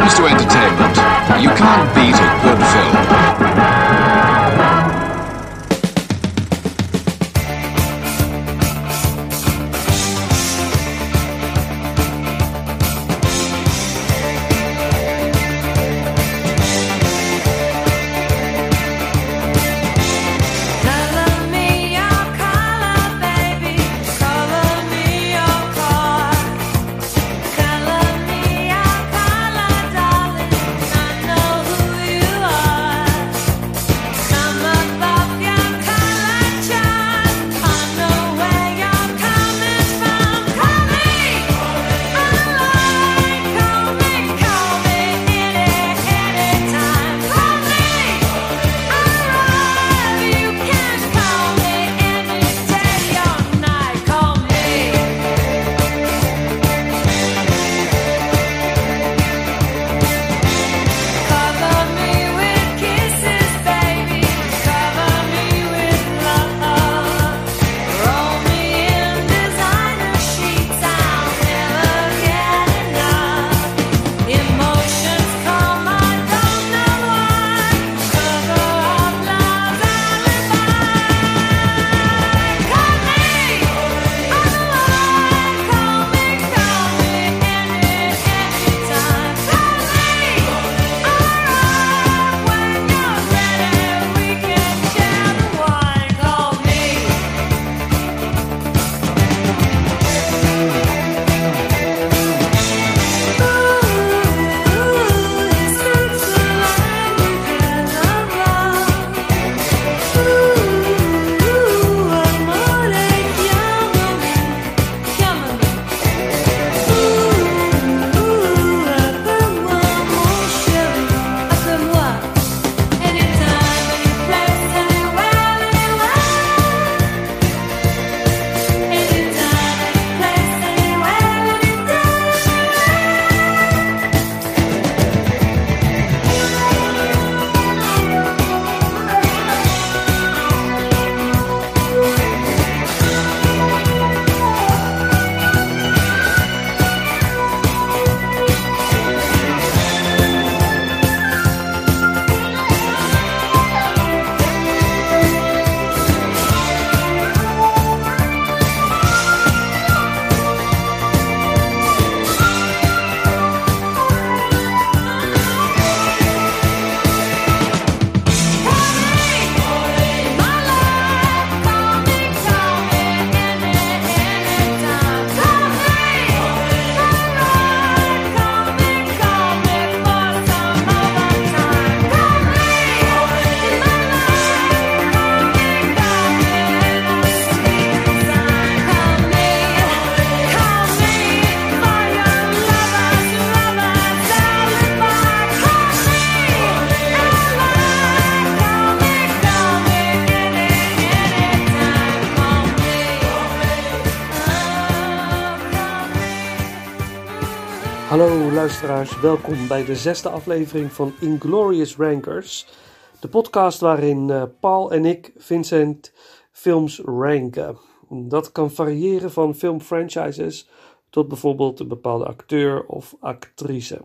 comes to entertainment, you can't beat a good film. Hallo luisteraars, welkom bij de 6e aflevering van Inglorious Rankers. De podcast waarin Paul en ik, Vincent, films ranken. Dat kan variëren van filmfranchises tot bijvoorbeeld een bepaalde acteur of actrice.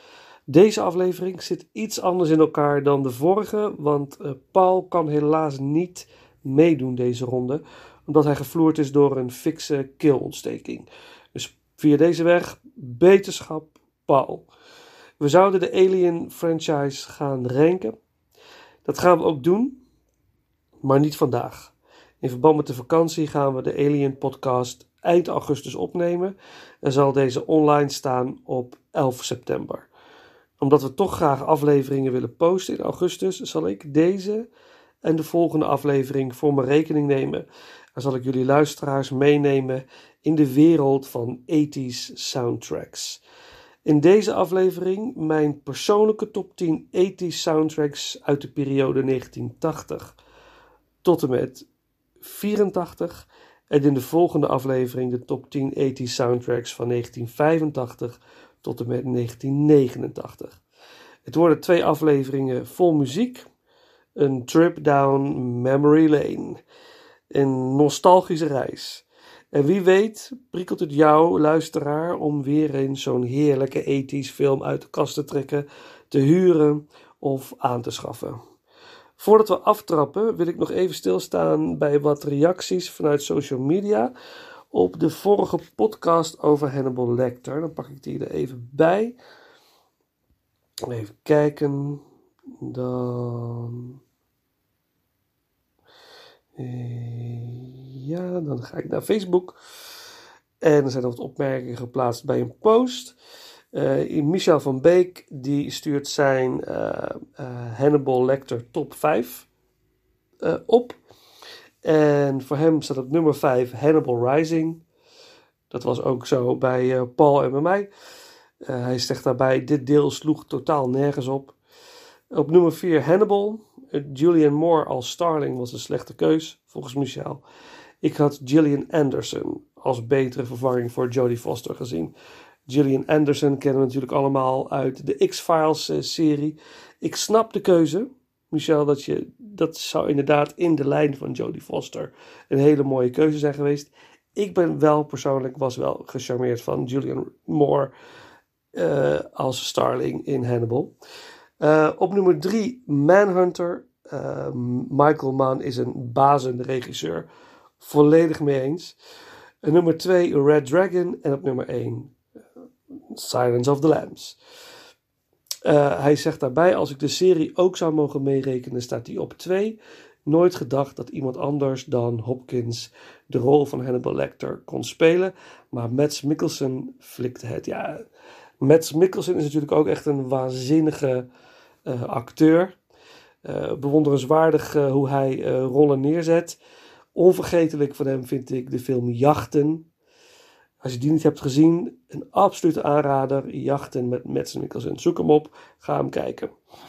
Deze aflevering zit iets anders in elkaar dan de vorige, want Paul kan helaas niet meedoen deze ronde, omdat hij gevloerd is door een fikse keelontsteking. Dus via deze weg, beterschap Paul. We zouden de Alien franchise gaan ranken. Dat gaan we ook doen, maar niet vandaag. In verband met de vakantie gaan we de Alien podcast eind augustus opnemen en zal deze online staan op 11 september. Omdat we toch graag afleveringen willen posten in augustus, zal ik deze en de volgende aflevering voor mijn rekening nemen. En zal ik jullie luisteraars meenemen in de wereld van 80s soundtracks. In deze aflevering mijn persoonlijke top 10 80s soundtracks uit de periode 1980 tot en met 84. En in de volgende aflevering de top 10 80s soundtracks van 1985 tot en met 1989. Het worden 2 afleveringen vol muziek, een trip down memory lane, een nostalgische reis. En wie weet prikkelt het jou, luisteraar, om weer eens zo'n heerlijke ethisch film uit de kast te trekken, te huren of aan te schaffen. Voordat we aftrappen wil ik nog even stilstaan bij wat reacties vanuit social media op de vorige podcast over Hannibal Lecter. Dan pak ik die er even bij. Even kijken. Dan dan ga ik naar Facebook. En er zijn nog wat opmerkingen geplaatst bij een post. Michel van Beek die stuurt zijn Hannibal Lecter top 5 op. En voor hem staat op nummer 5 Hannibal Rising. Dat was ook zo bij Paul en bij mij. Hij zegt daarbij, dit deel sloeg totaal nergens op. Op nummer 4 Hannibal. Julianne Moore als Starling was een slechte keus, volgens Michel. Ik had Gillian Anderson als betere vervanging voor Jodie Foster gezien. Gillian Anderson kennen we natuurlijk allemaal uit de X-Files serie. Ik snap de keuze, Michel, dat zou inderdaad in de lijn van Jodie Foster een hele mooie keuze zijn geweest. Ik was wel gecharmeerd van Julianne Moore als Starling in Hannibal. Op nummer 3 Manhunter. Michael Mann is een bazende regisseur. Volledig mee eens. Nummer 2 Red Dragon. En op nummer 1 Silence of the Lambs. Hij zegt daarbij, als ik de serie ook zou mogen meerekenen, staat hij op 2. Nooit gedacht dat iemand anders dan Hopkins de rol van Hannibal Lecter kon spelen. Maar Mads Mikkelsen flikte het. Ja, Mads Mikkelsen is natuurlijk ook echt een waanzinnige acteur. Bewonderenswaardig hoe hij rollen neerzet. Onvergetelijk van hem vind ik de film Jachten. Als je die niet hebt gezien, een absolute aanrader. Jachten met Mads Mikkelsen. Zoek hem op, ga hem kijken.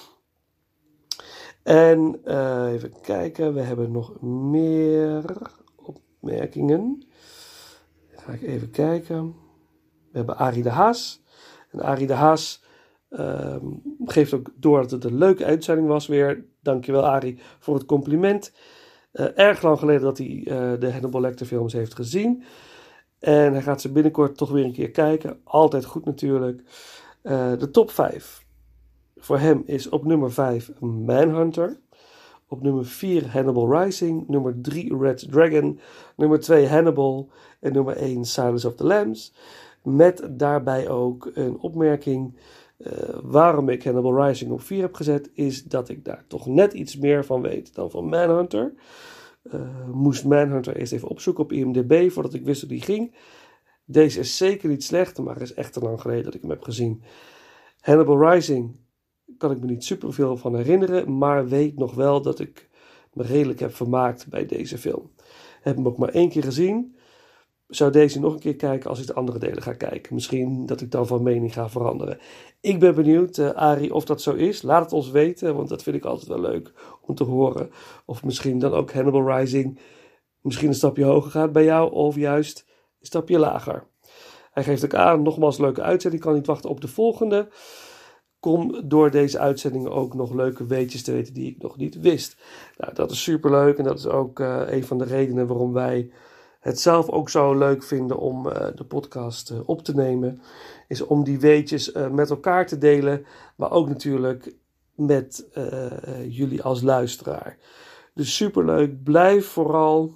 En even kijken, we hebben nog meer opmerkingen. Ga ik even kijken. We hebben Arie de Haas. En Arie de Haas geeft ook door dat het een leuke uitzending was weer. Dankjewel Arie voor het compliment. Erg lang geleden dat hij de Hannibal Lecter films heeft gezien. En hij gaat ze binnenkort toch weer een keer kijken. Altijd goed natuurlijk. De top 5. Voor hem is op nummer 5 Manhunter. Op nummer 4 Hannibal Rising. Nummer 3 Red Dragon. Nummer 2 Hannibal. En nummer 1 Silence of the Lambs. Met daarbij ook een opmerking. Waarom ik Hannibal Rising op 4 heb gezet, is dat ik daar toch net iets meer van weet dan van Manhunter. Moest Manhunter eerst even opzoeken op IMDb voordat ik wist hoe die ging. Deze is zeker niet slecht, maar is echt te lang geleden dat ik hem heb gezien. Hannibal Rising kan ik me niet superveel van herinneren, maar weet nog wel dat ik me redelijk heb vermaakt bij deze film. Heb hem ook maar 1 keer gezien. Zou deze nog een keer kijken als ik de andere delen ga kijken. Misschien dat ik dan van mening ga veranderen. Ik ben benieuwd, Arie, of dat zo is. Laat het ons weten, want dat vind ik altijd wel leuk om te horen. Of misschien dan ook Hannibal Rising misschien een stapje hoger gaat bij jou, of juist een stapje lager. Hij geeft ook aan, nogmaals leuke uitzending, ik kan niet wachten op de volgende. Kom door deze uitzendingen ook nog leuke weetjes te weten die ik nog niet wist. Nou, dat is superleuk en dat is ook een van de redenen waarom wij het zelf ook zo leuk vinden om de podcast op te nemen. Is om die weetjes met elkaar te delen, maar ook natuurlijk met jullie als luisteraar. Dus superleuk, blijf vooral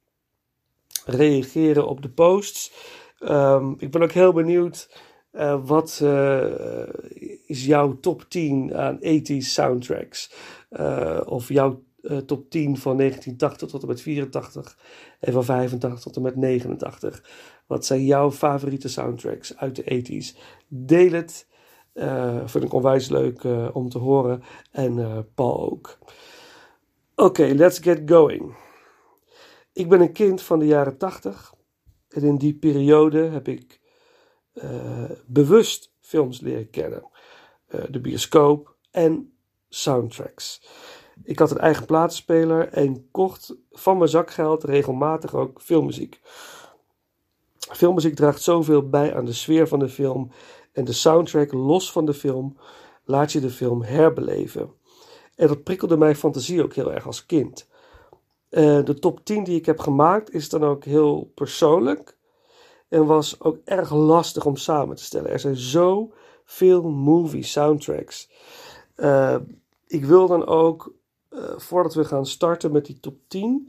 reageren op de posts. Ik ben ook heel benieuwd, wat is jouw top 10 aan 80s soundtracks? Of jouw top 10 van 1980 tot en met 84 en van 85 tot en met 89. Wat zijn jouw favoriete soundtracks uit de 80s? Deel het. Vind ik onwijs leuk om te horen. En Paul ook. Oké, let's get going. Ik ben een kind van de jaren 80. En in die periode heb ik bewust films leren kennen. De bioscoop en soundtracks. Ik had een eigen platenspeler en kocht van mijn zakgeld regelmatig ook filmmuziek. Filmmuziek draagt zoveel bij aan de sfeer van de film en de soundtrack los van de film laat je de film herbeleven. En dat prikkelde mijn fantasie ook heel erg als kind. De top 10 die ik heb gemaakt is dan ook heel persoonlijk. En was ook erg lastig om samen te stellen. Er zijn zoveel movie soundtracks. Ik wil dan ook, voordat we gaan starten met die top 10...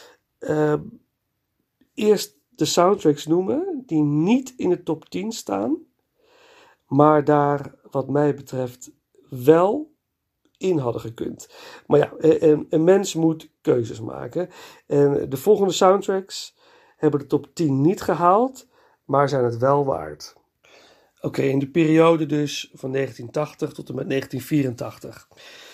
eerst de soundtracks noemen die niet in de top 10 staan. Maar daar, wat mij betreft, wel in hadden gekund. Maar ja, een mens moet keuzes maken. En de volgende soundtracks hebben de top 10 niet gehaald, maar zijn het wel waard. Oké, in de periode dus van 1980 tot en met 1984.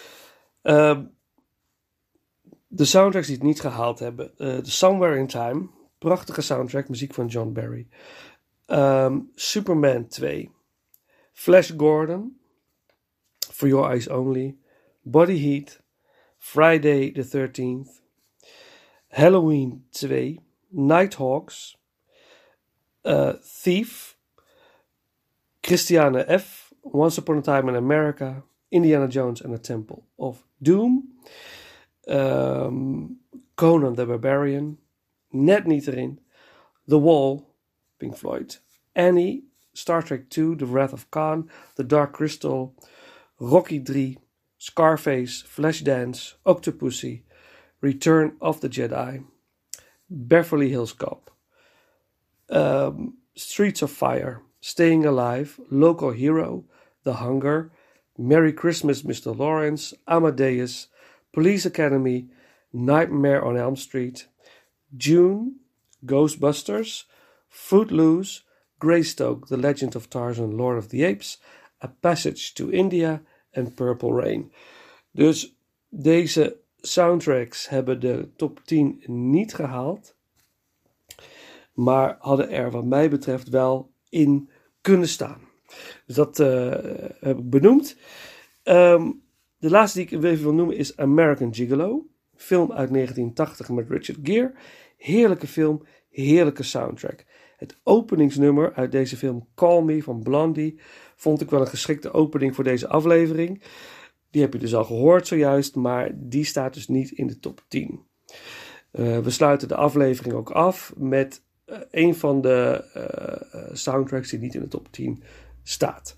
De soundtracks die het niet gehaald hebben. The Somewhere in Time, prachtige soundtrack, muziek van John Barry. Superman 2. Flash Gordon, For Your Eyes Only. Body Heat, Friday the 13th. Halloween 2. Nighthawks. Thief. Christiane F. Once Upon a Time in America. Indiana Jones and the Temple of Doom. Conan the Barbarian. Net niet erin. The Wall, Pink Floyd. Annie, Star Trek II, The Wrath of Khan, The Dark Crystal, Rocky 3, Scarface, Flashdance, Octopussy, Return of the Jedi, Beverly Hills Cop, Streets of Fire, Staying Alive, Local Hero, The Hunger, Merry Christmas, Mr. Lawrence, Amadeus, Police Academy, Nightmare on Elm Street, June, Ghostbusters, Footloose, Greystoke, The Legend of Tarzan, Lord of the Apes, A Passage to India en Purple Rain. Dus deze soundtracks hebben de top 10 niet gehaald, maar hadden er wat mij betreft wel in kunnen staan. Dus dat heb ik benoemd. De laatste die ik even wil noemen is American Gigolo. Film uit 1980 met Richard Gere. Heerlijke film, heerlijke soundtrack. Het openingsnummer uit deze film, Call Me van Blondie, vond ik wel een geschikte opening voor deze aflevering. Die heb je dus al gehoord zojuist, maar die staat dus niet in de top 10. We sluiten de aflevering ook af met een van de soundtracks die niet in de top 10 staat.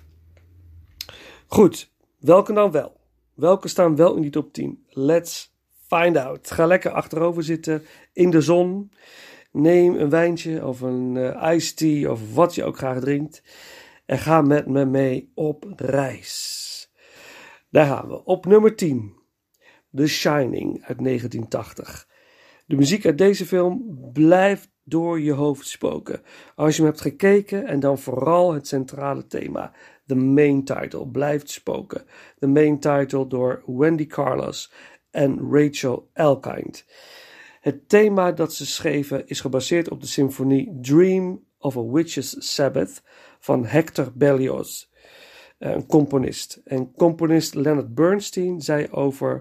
Goed, welke dan wel? Welke staan wel in die top 10? Let's find out. Ga lekker achterover zitten in de zon. Neem een wijntje of een iced tea of wat je ook graag drinkt. En ga met me mee op reis. Daar gaan we. Op nummer 10. The Shining uit 1980. De muziek uit deze film blijft door je hoofd spoken. Als je hem hebt gekeken en dan vooral het centrale thema. De main title blijft spoken. De main title door Wendy Carlos en Rachel Elkind. Het thema dat ze schreven is gebaseerd op de symfonie Dream of a Witch's Sabbath van Hector Berlioz, een componist. En componist Leonard Bernstein zei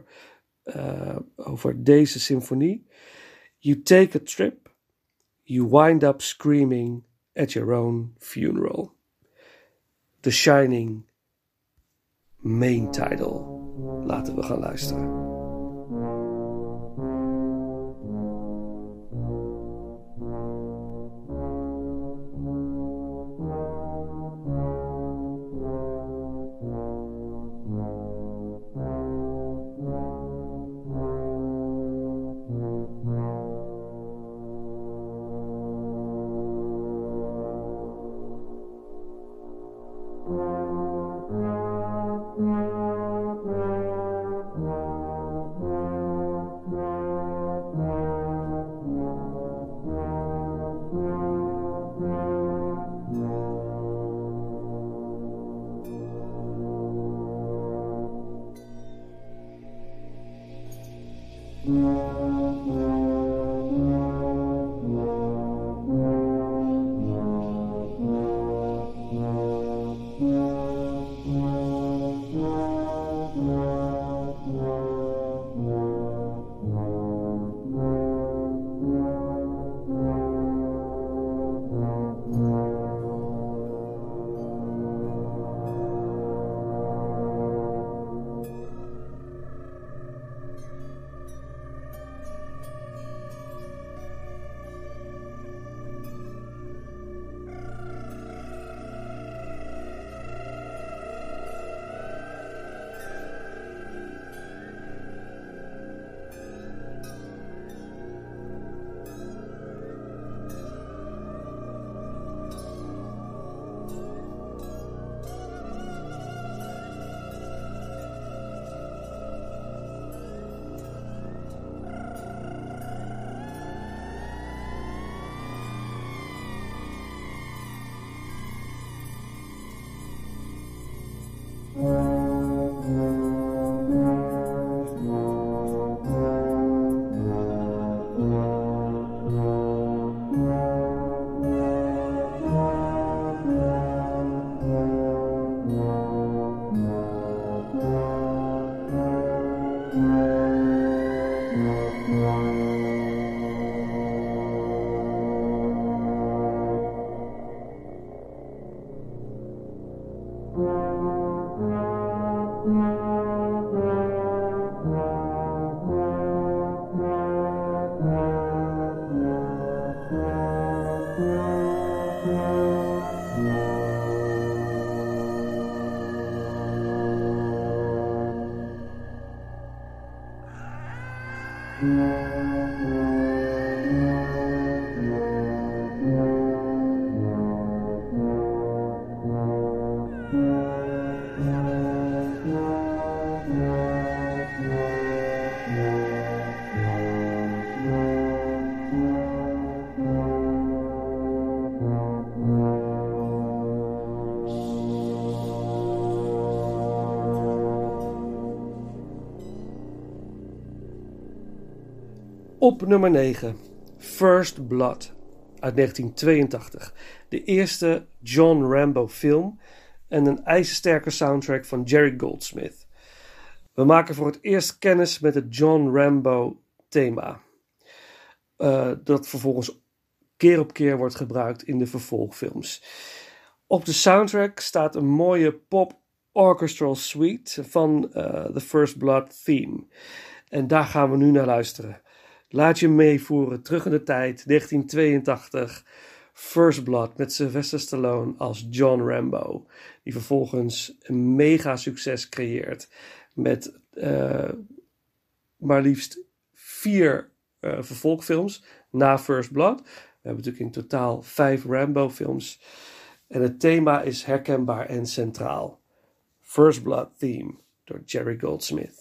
over deze symfonie: You take a trip, you wind up screaming at your own funeral. The Shining main title. Laten we gaan luisteren. Op nummer 9, First Blood uit 1982. De eerste John Rambo film en een ijzersterke soundtrack van Jerry Goldsmith. We maken voor het eerst kennis met het John Rambo thema. Dat vervolgens keer op keer wordt gebruikt in de vervolgfilms. Op de soundtrack staat een mooie pop orchestral suite van The First Blood theme. En daar gaan we nu naar luisteren. Laat je meevoeren terug in de tijd, 1982, First Blood met Sylvester Stallone als John Rambo. Die vervolgens een mega succes creëert met maar liefst 4 vervolgfilms na First Blood. We hebben natuurlijk in totaal 5 Rambo films. En het thema is herkenbaar en centraal. First Blood theme door Jerry Goldsmith.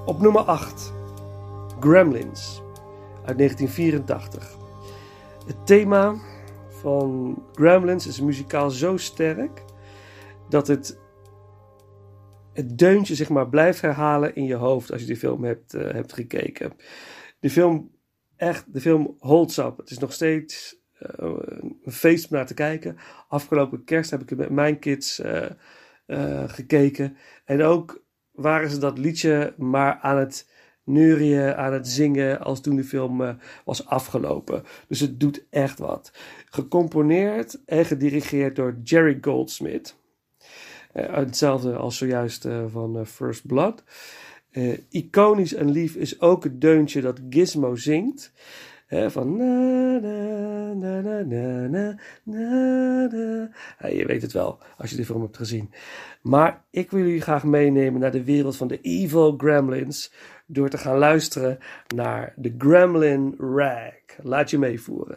Op nummer 8. Gremlins uit 1984. Het thema van Gremlins is muzikaal zo sterk dat het deuntje zeg maar blijft herhalen in je hoofd als je die film hebt gekeken. De film holds up. Het is nog steeds een feest om naar te kijken. Afgelopen kerst heb ik het met mijn kids gekeken. En ook waren ze dat liedje maar aan het neurien, aan het zingen als toen de film was afgelopen. Dus het doet echt wat. Gecomponeerd en gedirigeerd door Jerry Goldsmith. Hetzelfde als zojuist van First Blood. Iconisch en lief is ook het deuntje dat Gizmo zingt. Van na na na na na na na na. Je weet het wel als je de film hebt gezien. Maar ik wil jullie graag meenemen naar de wereld van de Evil Gremlins door te gaan luisteren naar The Gremlin Rag. Laat je meevoeren.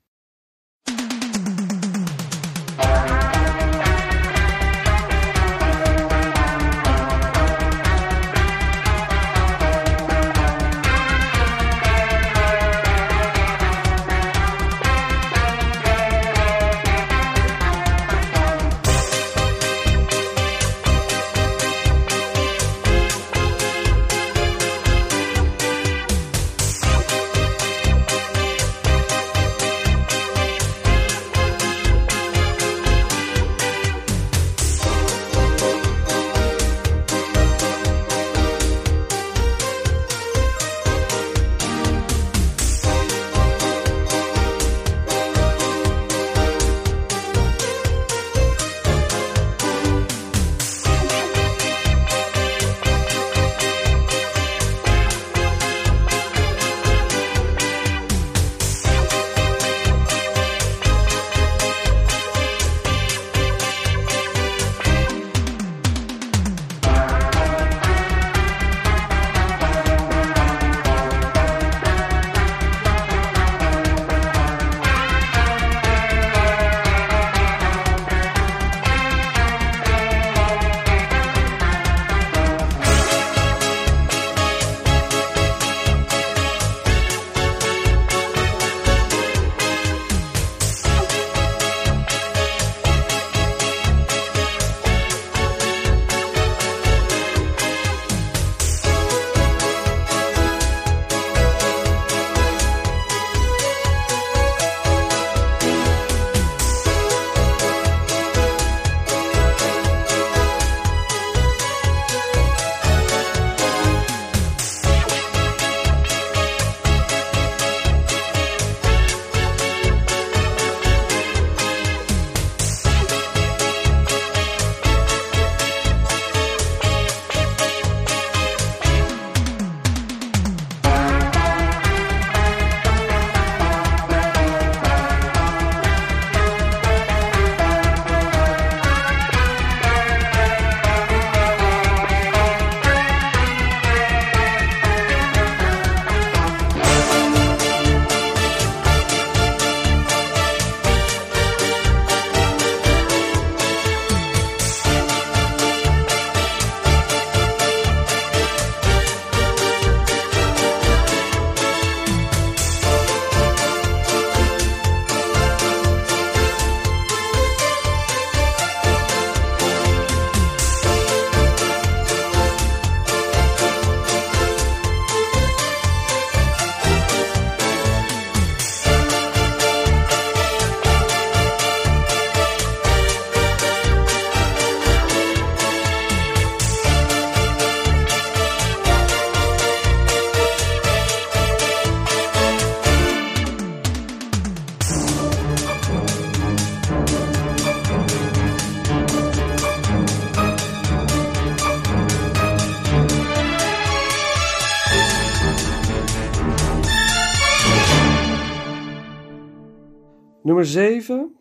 Nummer 7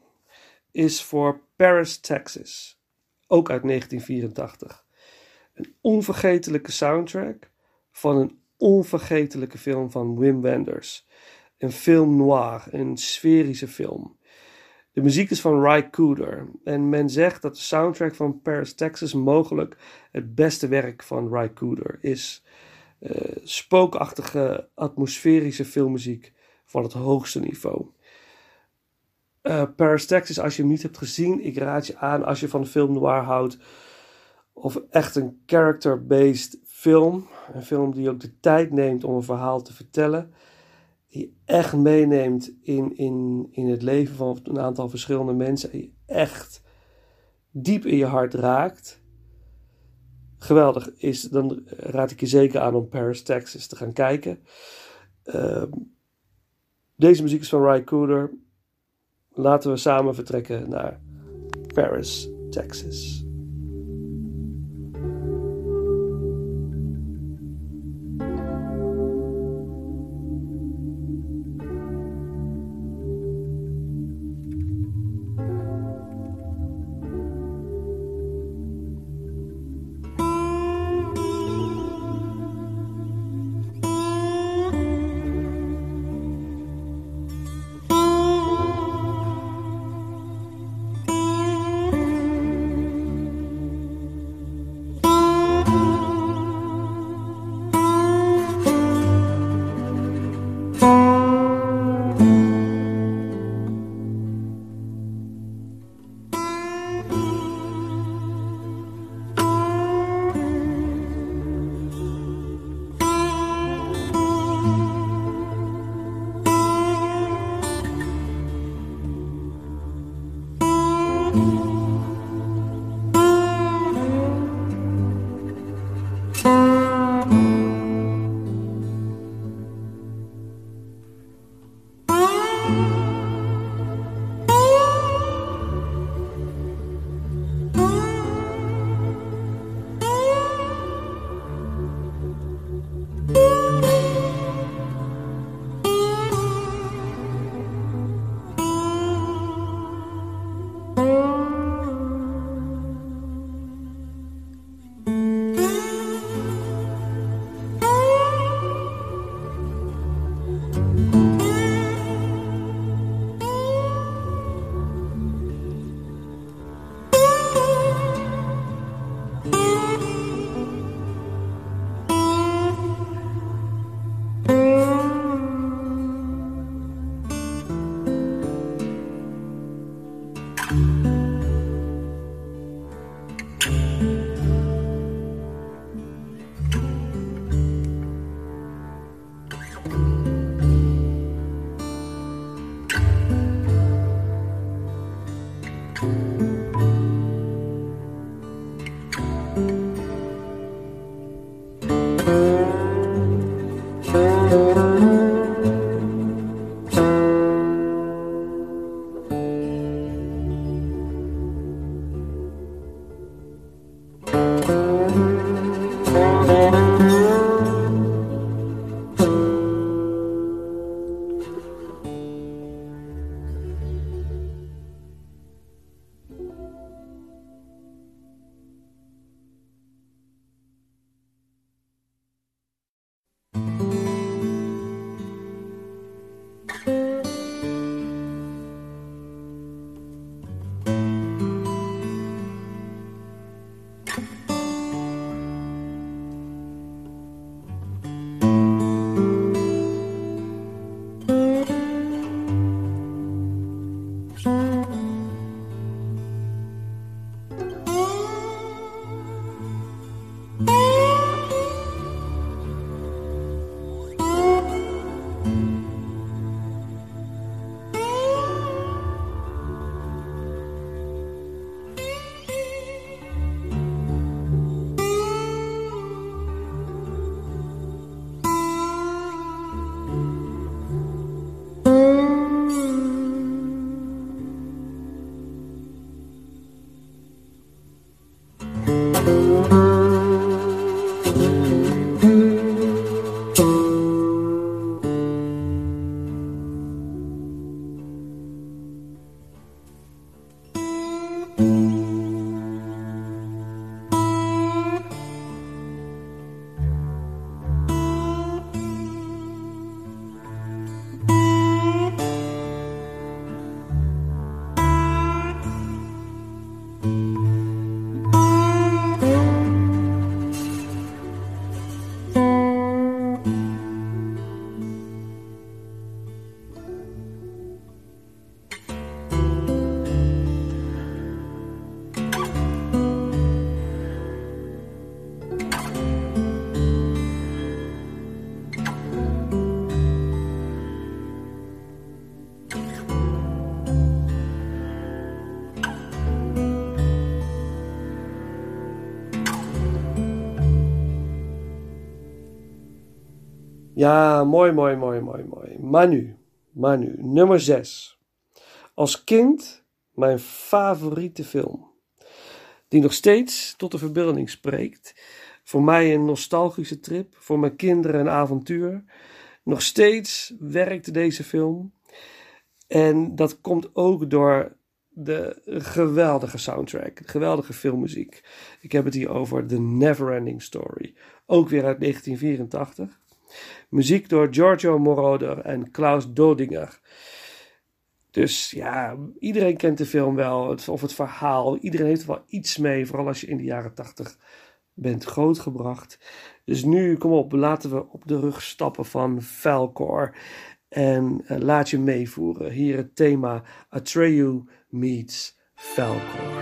is voor Paris, Texas. Ook uit 1984. Een onvergetelijke soundtrack van een onvergetelijke film van Wim Wenders. Een film noir, een sferische film. De muziek is van Ry Cooder en men zegt dat de soundtrack van Paris, Texas mogelijk het beste werk van Ry Cooder is. spookachtige atmosferische filmmuziek van het hoogste niveau. Paris, Texas, als je hem niet hebt gezien, ik raad je aan als je van film noir houdt, of echt een character-based film, een film die ook de tijd neemt om een verhaal te vertellen, die echt meeneemt in het leven van een aantal verschillende mensen en je echt diep in je hart raakt. Geweldig is, dan raad ik je zeker aan om Paris, Texas te gaan kijken. Deze muziek is van Ry Cooder. Laten we samen vertrekken naar Paris, Texas. Ja, mooi. Manu, nummer 6. Als kind mijn favoriete film. Die nog steeds tot de verbeelding spreekt. Voor mij een nostalgische trip. Voor mijn kinderen een avontuur. Nog steeds werkt deze film. En dat komt ook door de geweldige soundtrack. De geweldige filmmuziek. Ik heb het hier over The Neverending Story. Ook weer uit 1984. Muziek door Giorgio Moroder en Klaus Dodinger. Dus ja, iedereen kent de film wel. Of het verhaal. Iedereen heeft er wel iets mee. Vooral als je in de jaren 80 bent grootgebracht. Dus nu, kom op, laten we op de rug stappen van Falkor. En laat je meevoeren. Hier het thema Atreyu meets Falkor.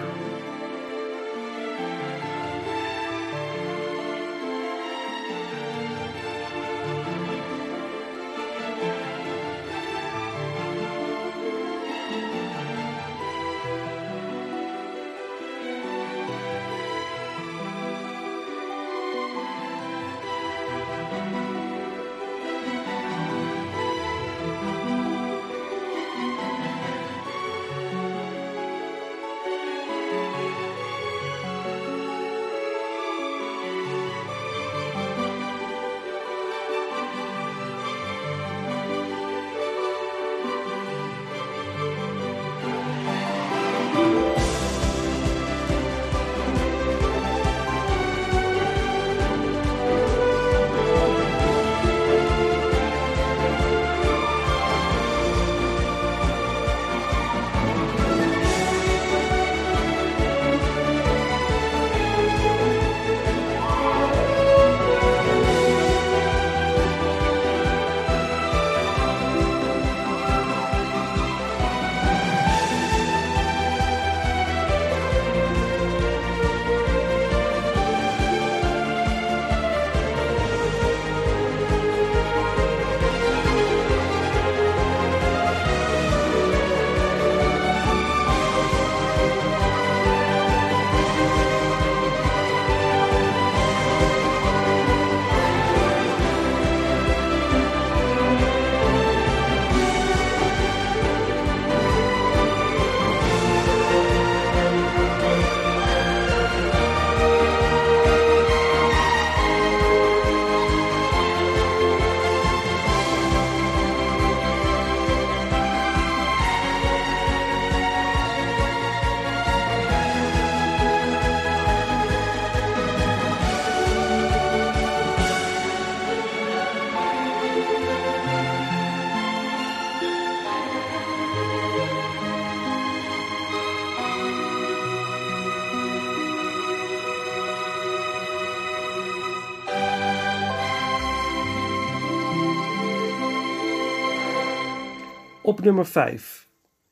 Op nummer 5.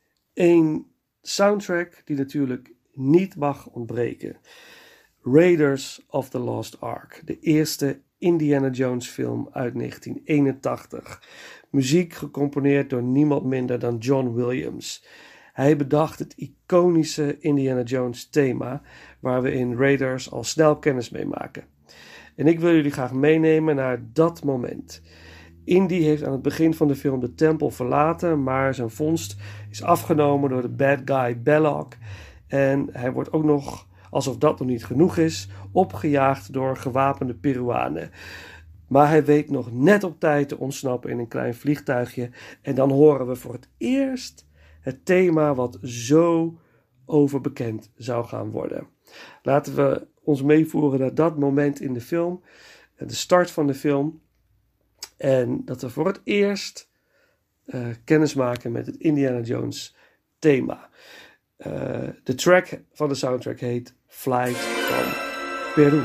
Een soundtrack die natuurlijk niet mag ontbreken. Raiders of the Lost Ark. De eerste Indiana Jones film uit 1981. Muziek gecomponeerd door niemand minder dan John Williams. Hij bedacht het iconische Indiana Jones thema, waar we in Raiders al snel kennis mee maken. En ik wil jullie graag meenemen naar dat moment. Indy heeft aan het begin van de film de tempel verlaten, maar zijn vondst is afgenomen door de bad guy Belloq. En hij wordt ook nog, alsof dat nog niet genoeg is, opgejaagd door gewapende Peruanen. Maar hij weet nog net op tijd te ontsnappen in een klein vliegtuigje. En dan horen we voor het eerst het thema wat zo overbekend zou gaan worden. Laten we ons meevoeren naar dat moment in de film. De start van de film. En dat we voor het eerst kennis maken met het Indiana Jones thema. De track van de soundtrack heet Flight from Peru.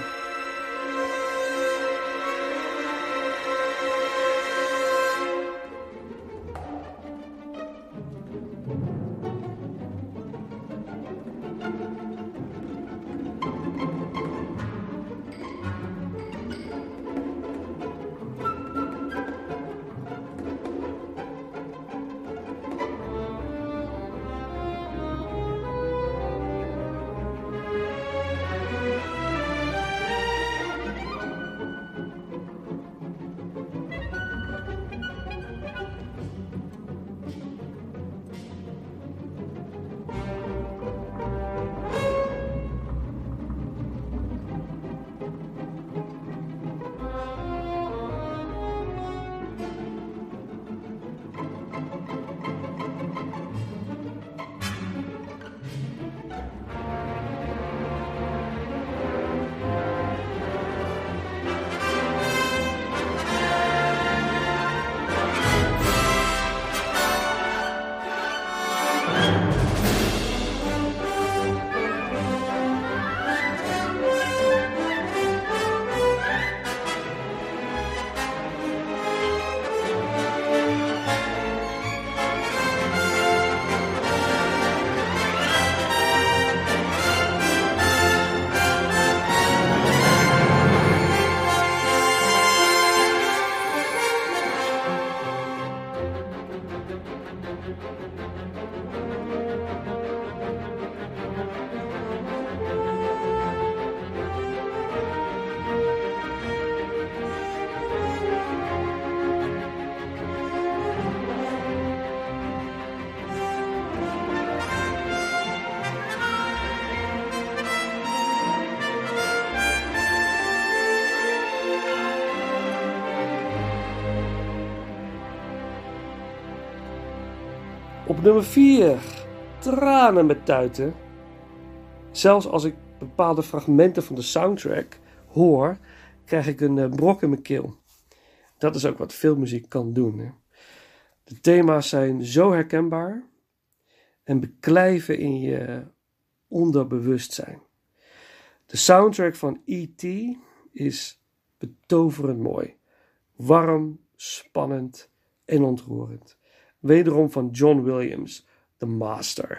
Op nummer 4. Tranen met tuiten. Zelfs als ik bepaalde fragmenten van de soundtrack hoor, krijg ik een brok in mijn keel. Dat is ook wat filmmuziek kan doen. Hè? De thema's zijn zo herkenbaar en beklijven in je onderbewustzijn. De soundtrack van E.T. is betoverend mooi. Warm, spannend en ontroerend. Wederom van John Williams, The Master.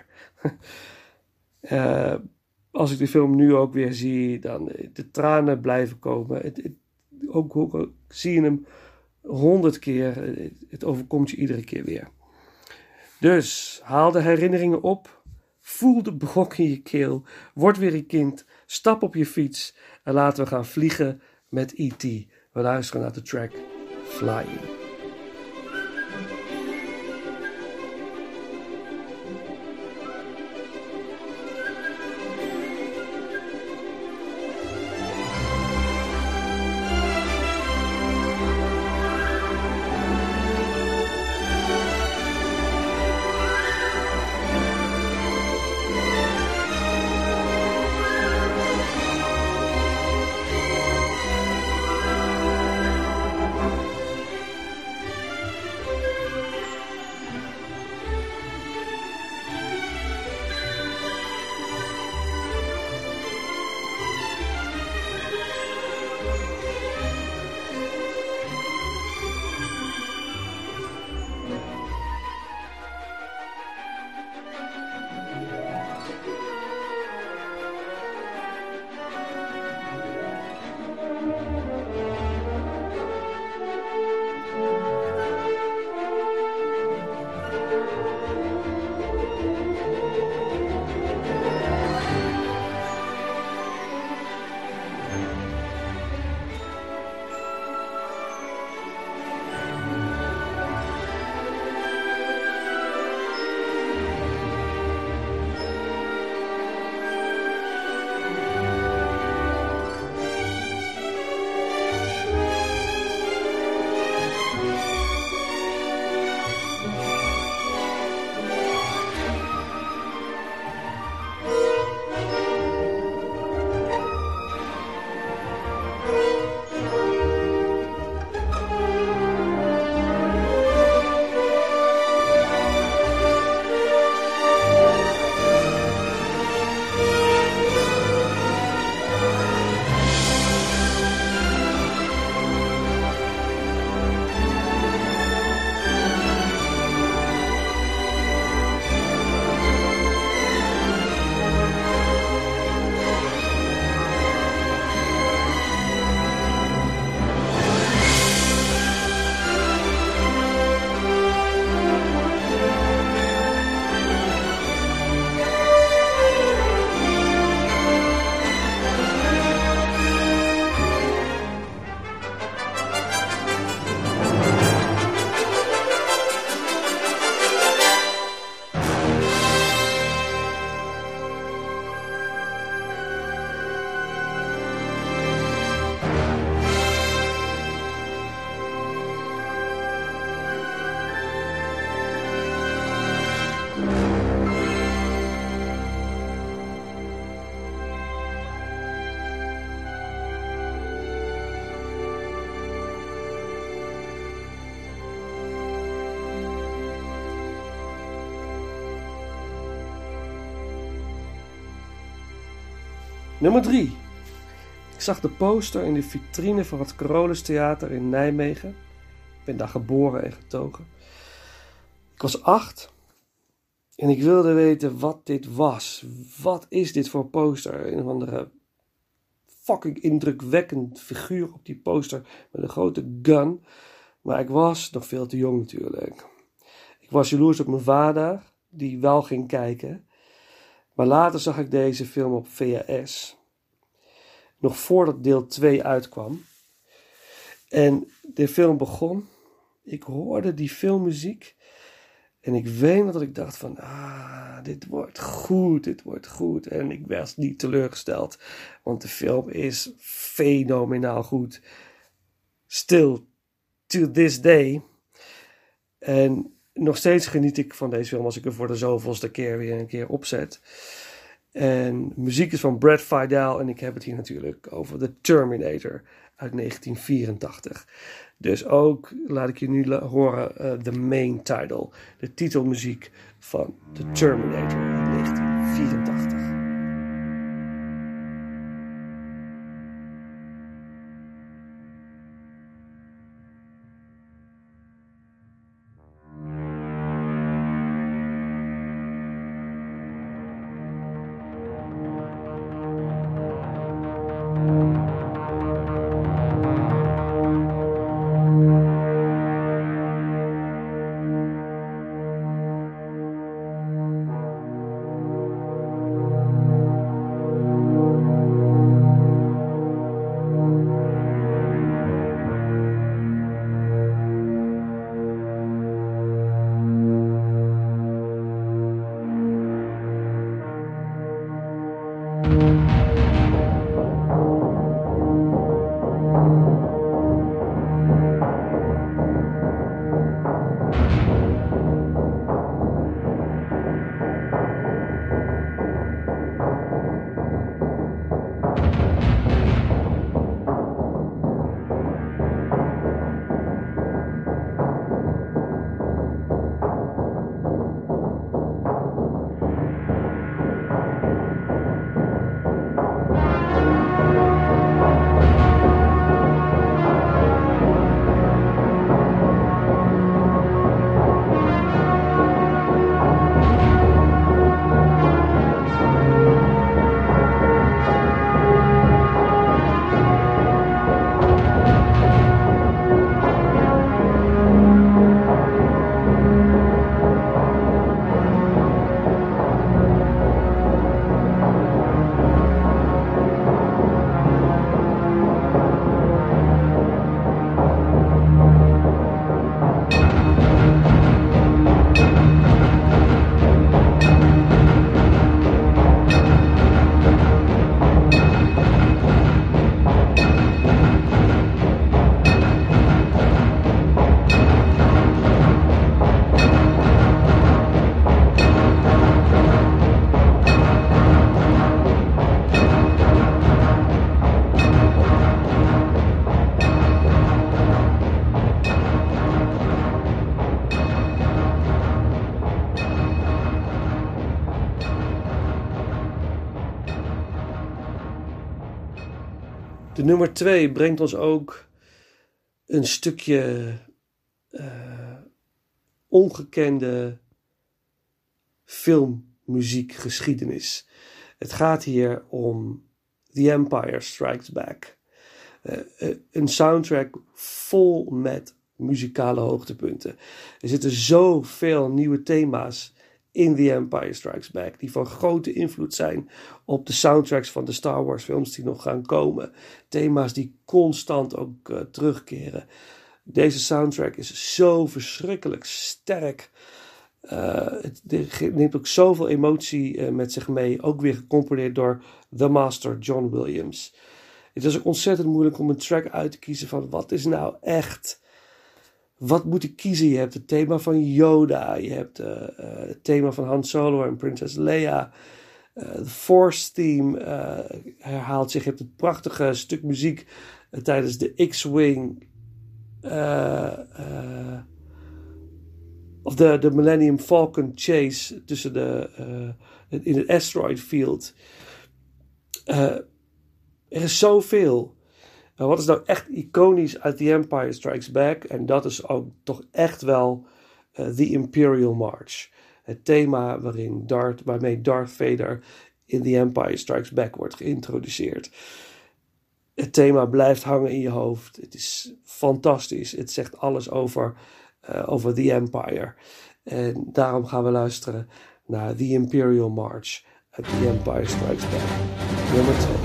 Als ik de film nu ook weer zie, dan de tranen blijven komen. Ook zie je hem 100 keer. Het overkomt je iedere keer weer. Dus haal de herinneringen op. Voel de brok in je keel. Word weer een kind. Stap op je fiets. En laten we gaan vliegen met E.T. We luisteren naar de track Flying. Nummer 3. Ik zag de poster in de vitrine van het Carolus Theater in Nijmegen. Ik ben daar geboren en getogen. Ik was 8 en ik wilde weten wat dit was. Wat is dit voor poster? Een of andere fucking indrukwekkend figuur op die poster met een grote gun. Maar ik was nog veel te jong natuurlijk. Ik was jaloers op mijn vader, die wel ging kijken. Maar later zag ik deze film op VHS. Nog voordat deel 2 uitkwam. En de film begon. Ik hoorde die filmmuziek. En ik weet nog dat ik dacht van, dit wordt goed, dit wordt goed. En ik werd niet teleurgesteld. Want de film is fenomenaal goed. Still to this day. En nog steeds geniet ik van deze film als ik er voor de zoveelste keer weer een keer opzet. En muziek is van Brad Fiedel en ik heb het hier natuurlijk over The Terminator uit 1984. Dus ook laat ik je nu horen de main title, de titelmuziek van The Terminator uit 1984. De nummer 2 brengt ons ook een stukje ongekende filmmuziekgeschiedenis. Het gaat hier om The Empire Strikes Back. Een soundtrack vol met muzikale hoogtepunten. Er zitten zoveel nieuwe thema's in The Empire Strikes Back, die van grote invloed zijn op de soundtracks van de Star Wars films die nog gaan komen. Thema's die constant ook terugkeren. Deze soundtrack is zo verschrikkelijk sterk. Het neemt ook zoveel emotie met zich mee. Ook weer gecomponeerd door The Master John Williams. Het is ook ontzettend moeilijk om een track uit te kiezen van wat is nou echt. Wat moet ik kiezen? Je hebt het thema van Yoda. Je hebt het thema van Han Solo en Princess Leia. De Force theme herhaalt zich. Je hebt het prachtige stuk muziek tijdens de X-Wing of de Millennium Falcon chase tussen in het asteroid field. Er is zoveel. Wat is nou echt iconisch uit The Empire Strikes Back? En dat is ook toch echt wel The Imperial March. Het thema waarmee Darth Vader in The Empire Strikes Back wordt geïntroduceerd. Het thema blijft hangen in je hoofd. Het is fantastisch. Het zegt alles over The Empire. En daarom gaan we luisteren naar The Imperial March uit The Empire Strikes Back. Nummer 2.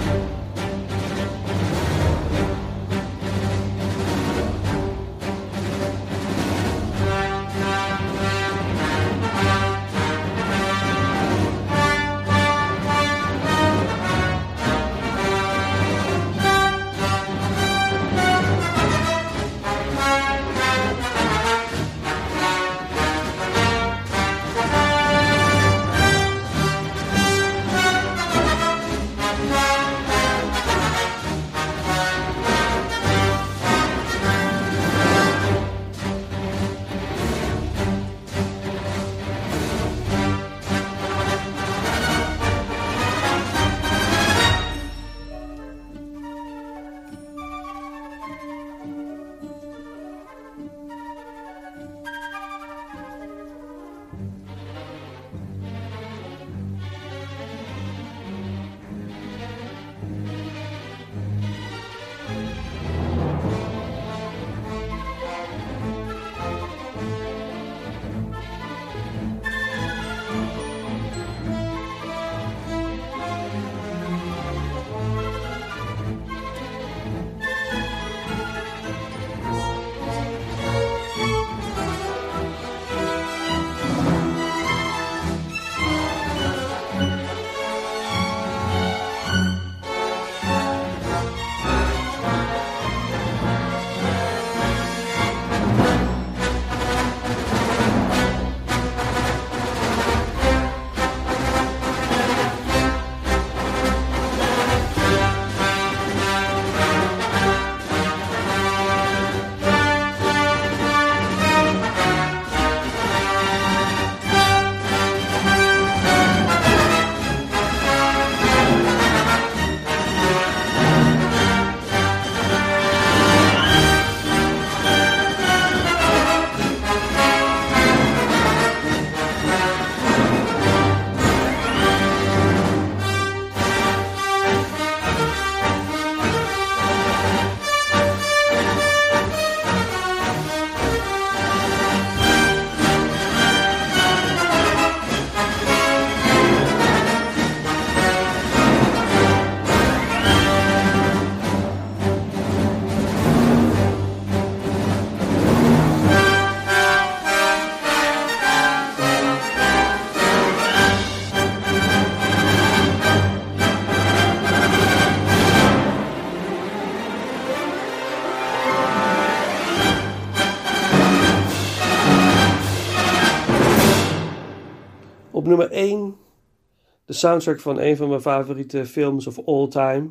nummer 1, de soundtrack van een van mijn favoriete films of all time.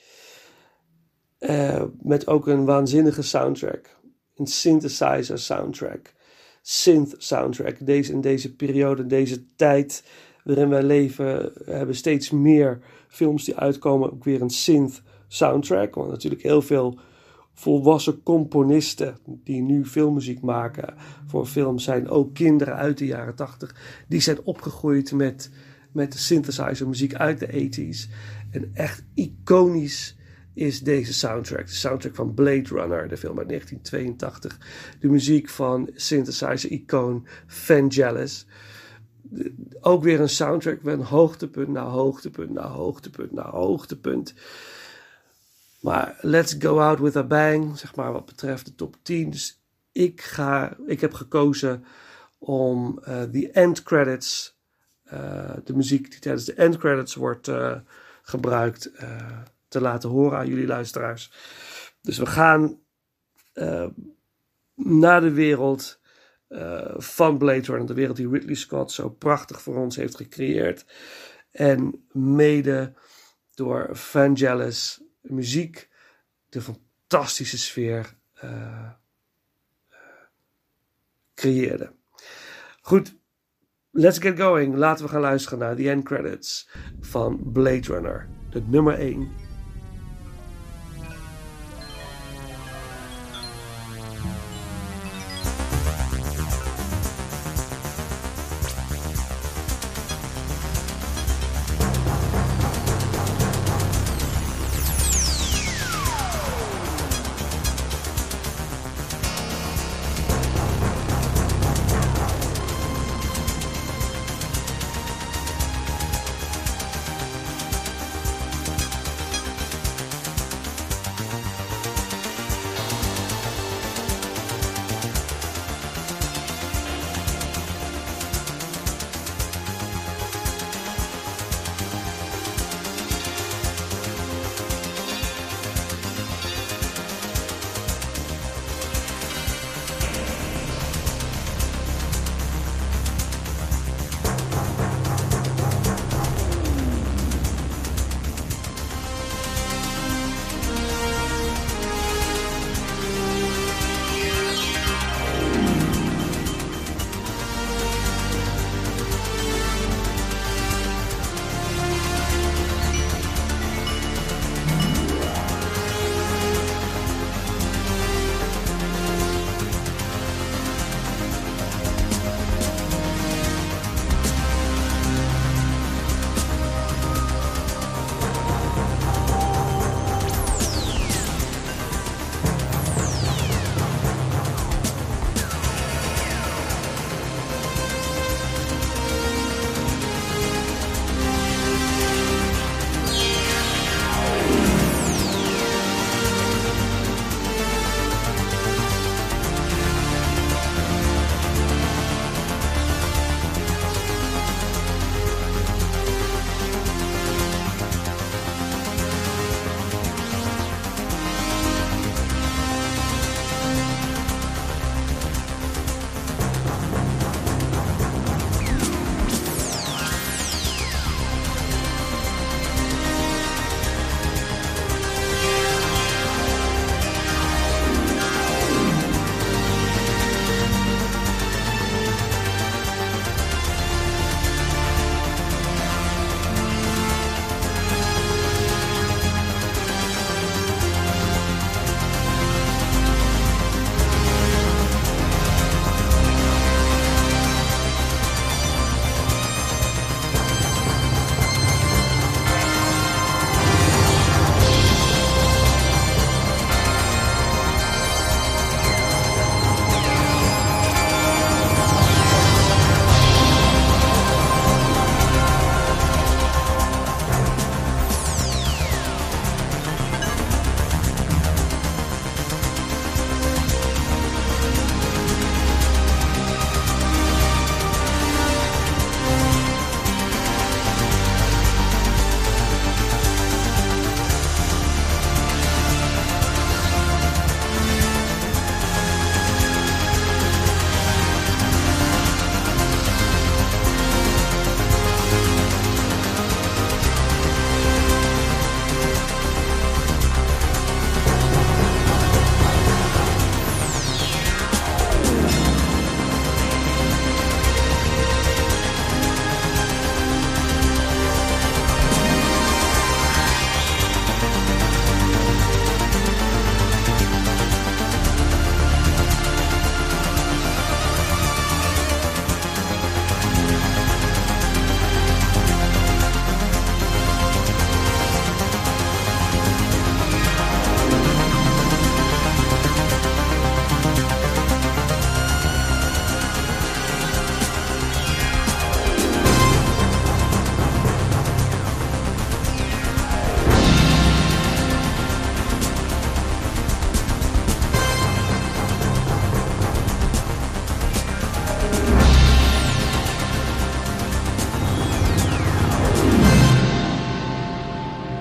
Met ook een waanzinnige soundtrack. Een synthesizer soundtrack. Synth soundtrack. In deze periode, deze tijd waarin wij leven, hebben steeds meer films die uitkomen ook weer een synth soundtrack. Want natuurlijk heel veel volwassen componisten die nu filmmuziek maken voor films zijn ook kinderen uit de jaren 80. Die zijn opgegroeid met de synthesizer muziek uit de 80's. En echt iconisch is deze soundtrack. De soundtrack van Blade Runner, de film uit 1982. De muziek van synthesizer-icoon Vangelis. Ook weer een soundtrack met een hoogtepunt na hoogtepunt na hoogtepunt na hoogtepunt. Maar let's go out with a bang, zeg maar wat betreft de top 10. Dus ik heb gekozen om de end credits, de muziek die tijdens de end credits wordt gebruikt, te laten horen aan jullie luisteraars. Dus we gaan naar de wereld van Blade Runner, de wereld die Ridley Scott zo prachtig voor ons heeft gecreëerd. En mede door Vangelis muziek de fantastische sfeer creëerde. Goed, let's get going. Laten we gaan luisteren naar de end credits van Blade Runner, de nummer 1.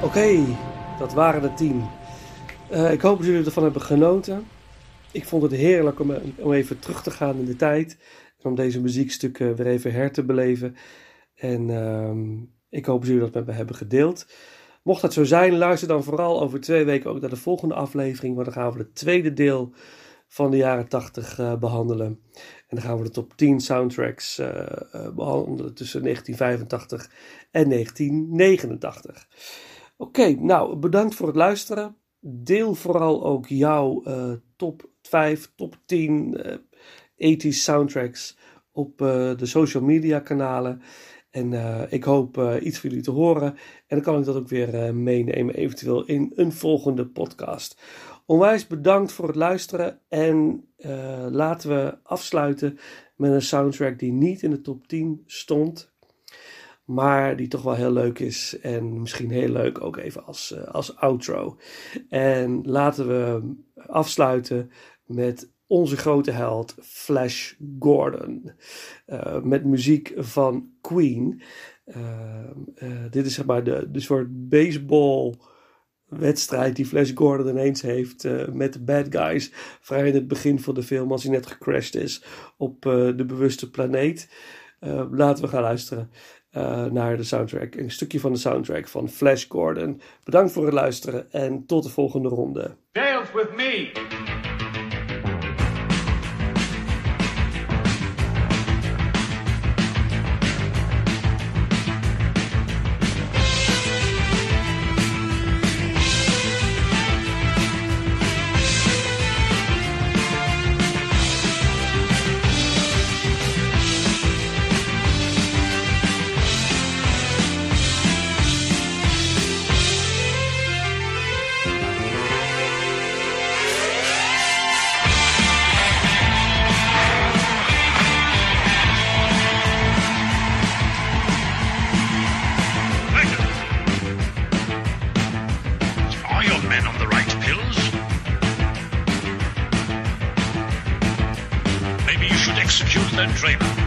Oké, dat waren de 10. Ik hoop dat jullie ervan hebben genoten. Ik vond het heerlijk om even terug te gaan in de tijd. En om deze muziekstukken weer even her te beleven. En ik hoop dat jullie dat met me hebben gedeeld. Mocht dat zo zijn, luister dan vooral over 2 weken ook naar de volgende aflevering. Want dan gaan we het tweede deel van de jaren 80 behandelen. En dan gaan we de top 10 soundtracks behandelen tussen 1985 en 1989. Oké, nou bedankt voor het luisteren. Deel vooral ook jouw top 5, top 10 80s soundtracks op de social media kanalen. En ik hoop iets van jullie te horen. En dan kan ik dat ook weer meenemen, eventueel in een volgende podcast. Onwijs bedankt voor het luisteren. En laten we afsluiten met een soundtrack die niet in de top 10 stond. Maar die toch wel heel leuk is. En misschien heel leuk ook even als outro. En laten we afsluiten met onze grote held Flash Gordon. Met muziek van Queen. Dit is zeg maar de soort baseballwedstrijd die Flash Gordon ineens heeft met de bad guys. Vrij in het begin van de film als hij net gecrashed is op de bewuste planeet. Laten we gaan luisteren naar de soundtrack. Een stukje van de soundtrack van Flash Gordon. Bedankt voor het luisteren en tot de volgende ronde. Dance with me! Execute that traitor.